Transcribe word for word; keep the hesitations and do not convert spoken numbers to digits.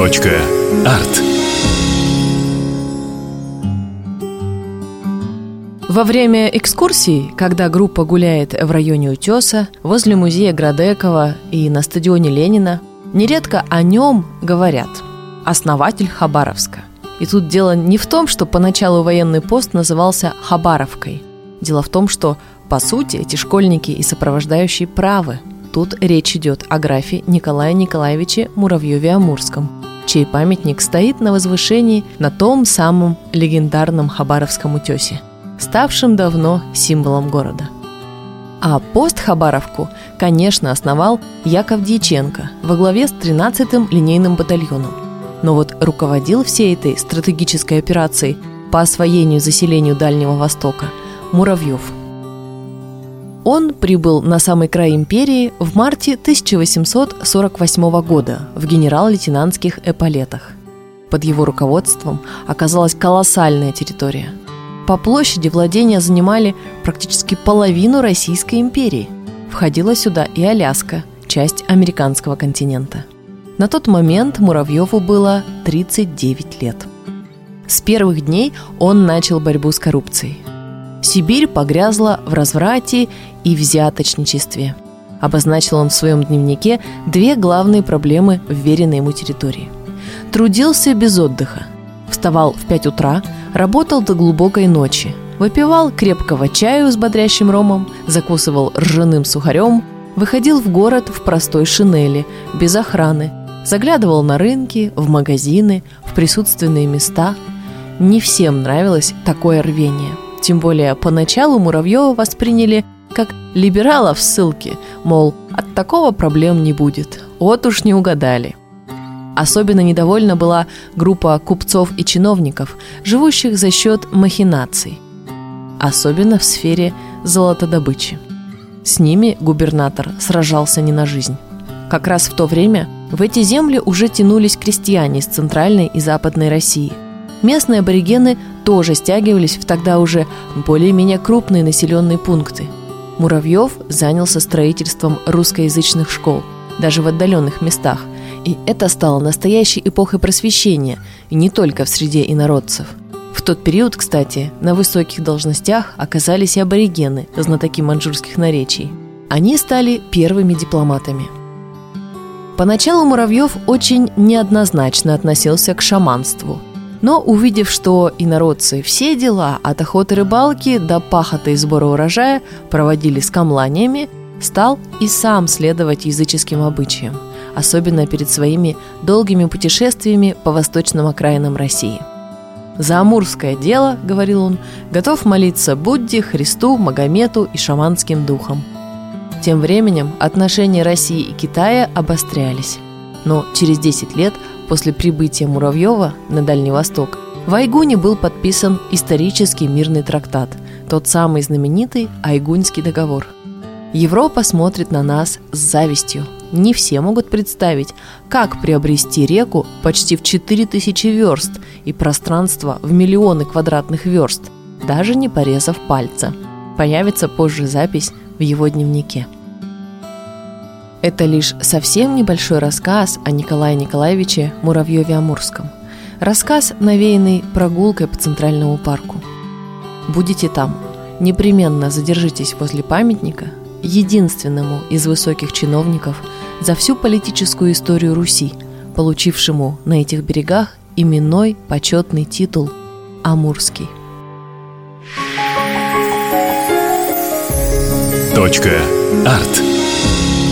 Точка. Арт. Во время экскурсий, когда группа гуляет в районе Утеса, возле музея Градекова и на стадионе Ленина, нередко о нем говорят «основатель Хабаровска». И тут дело не в том, что поначалу военный пост назывался Хабаровкой. Дело в том, что, по сути, эти школьники и сопровождающие правы. Тут речь идет о графе Николае Николаевиче Муравьеве-Амурском, чей памятник стоит на возвышении на том самом легендарном Хабаровском утесе, ставшим давно символом города. А пост Хабаровку, конечно, основал Яков Дьяченко во главе с тринадцатым линейным батальоном. Но вот руководил всей этой стратегической операцией по освоению и заселению Дальнего Востока Муравьев. Он прибыл на самый край империи в марте тысяча восемьсот сорок восьмого года в генерал-лейтенантских эполетах. Под его руководством оказалась колоссальная территория. По площади владения занимали практически половину Российской империи. Входила сюда и Аляска, часть американского континента. На тот момент Муравьеву было тридцать девять лет. С первых дней он начал борьбу с коррупцией. Сибирь погрязла в разврате и взяточничестве. Обозначил он в своем дневнике две главные проблемы вверенной ему территории. Трудился без отдыха. Вставал в пять утра, работал до глубокой ночи, выпивал крепкого чаю с бодрящим ромом, закусывал ржаным сухарем, выходил в город в простой шинели, без охраны, заглядывал на рынки, в магазины, в присутственные места. Не всем нравилось такое рвение. Тем более поначалу Муравьева восприняли как либерала в ссылке, мол, от такого проблем не будет, вот уж не угадали. Особенно недовольна была группа купцов и чиновников, живущих за счет махинаций, особенно в сфере золотодобычи. С ними губернатор сражался не на жизнь. Как раз в то время в эти земли уже тянулись крестьяне из Центральной и Западной России. Местные аборигены тоже стягивались в тогда уже более-менее крупные населенные пункты. Муравьев занялся строительством русскоязычных школ, даже в отдаленных местах, и это стало настоящей эпохой просвещения, и не только в среде инородцев. В тот период, кстати, на высоких должностях оказались и аборигены, знатоки маньчжурских наречий. Они стали первыми дипломатами. Поначалу Муравьев очень неоднозначно относился к шаманству. Но, увидев, что инородцы все дела от охоты рыбалки до пахоты и сбора урожая проводили с камланиями, стал и сам следовать языческим обычаям, особенно перед своими долгими путешествиями по восточным окраинам России. «За амурское дело, — говорил он, — готов молиться Будде, Христу, Магомету и шаманским духам». Тем временем отношения России и Китая обострялись. Но через десять лет после прибытия Муравьева на Дальний Восток в Айгуне был подписан исторический мирный трактат, тот самый знаменитый Айгунский договор. Европа смотрит на нас с завистью. Не все могут представить, как приобрести реку почти в четыре тысячи верст и пространство в миллионы квадратных верст, даже не порезав пальца. Появится позже запись в его дневнике. Это лишь совсем небольшой рассказ о Николае Николаевиче Муравьеве-Амурском. Рассказ, навеянный прогулкой по Центральному парку. Будете там, непременно задержитесь возле памятника единственному из высоких чиновников за всю политическую историю Руси, получившему на этих берегах именной почетный титул «Амурский». Точка. Арт.